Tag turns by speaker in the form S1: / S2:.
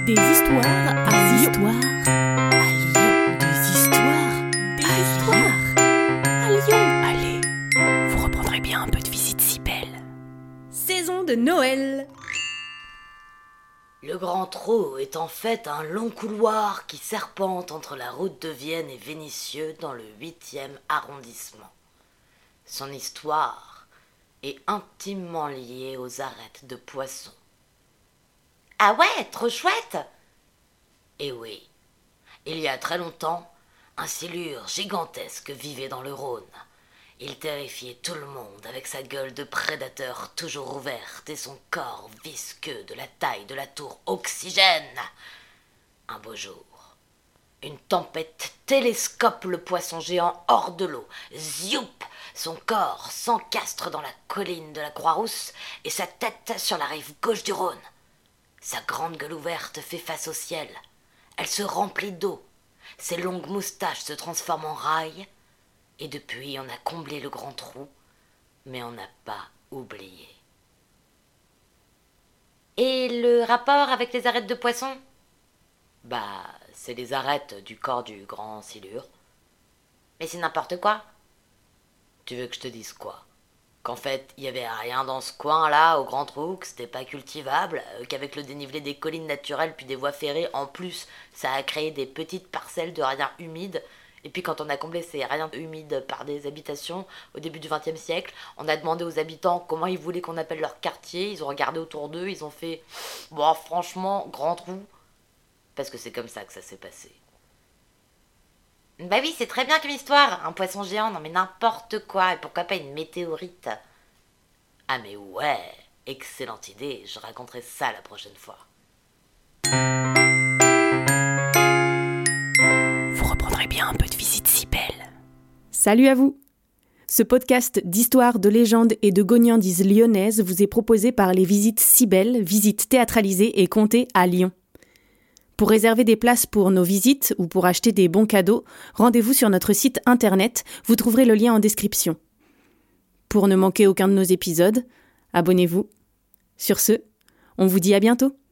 S1: Des histoires à Lyon. À Lyon. Allez, vous reprendrez bien un peu de visite si belle. Saison de Noël.
S2: Le Grand Trou est en fait un long couloir qui serpente entre la route de Vienne et Vénissieux dans le 8e arrondissement. Son histoire est intimement liée aux arêtes de poissons. Ah ouais, trop chouette! Eh oui, il y a très longtemps, un silure gigantesque vivait dans le Rhône. Il terrifiait tout le monde avec sa gueule de prédateur toujours ouverte et son corps visqueux de la taille de la tour Oxygène. Un beau jour, une tempête télescope le poisson géant hors de l'eau. Zioup! Son corps s'encastre dans la colline de la Croix-Rousse et sa tête sur la rive gauche du Rhône. Sa grande gueule ouverte fait face au ciel. Elle se remplit d'eau. Ses longues moustaches se transforment en rails. Et depuis, on a comblé le grand trou, mais on n'a pas oublié. Et le rapport avec les arêtes de poisson? Bah, c'est les arêtes du corps du grand silure. Mais c'est n'importe quoi. Tu veux que je te dise quoi? Qu'en fait, il y avait rien dans ce coin-là, au Grand Trou, que c'était pas cultivable, qu'avec le dénivelé des collines naturelles puis des voies ferrées, en plus, ça a créé des petites parcelles de rien humides. Et puis quand on a comblé ces rien humides par des habitations, au début du XXe siècle, on a demandé aux habitants comment ils voulaient qu'on appelle leur quartier, ils ont regardé autour d'eux, ils ont fait « Bon, franchement, Grand Trou », parce que c'est comme ça que ça s'est passé. Bah oui, c'est très bien comme histoire. Un poisson géant, non mais n'importe quoi. Et pourquoi pas une météorite? Ah mais ouais, excellente idée. Je raconterai ça la prochaine fois.
S1: Vous reprendrez bien un peu de visite si belle. Salut à vous. Ce podcast d'histoires, de légendes et de gognandises lyonnaises vous est proposé par les Visites si belles, visites théâtralisées et contées à Lyon. Pour réserver des places pour nos visites ou pour acheter des bons cadeaux, rendez-vous sur notre site internet, vous trouverez le lien en description. Pour ne manquer aucun de nos épisodes, abonnez-vous. Sur ce, on vous dit à bientôt.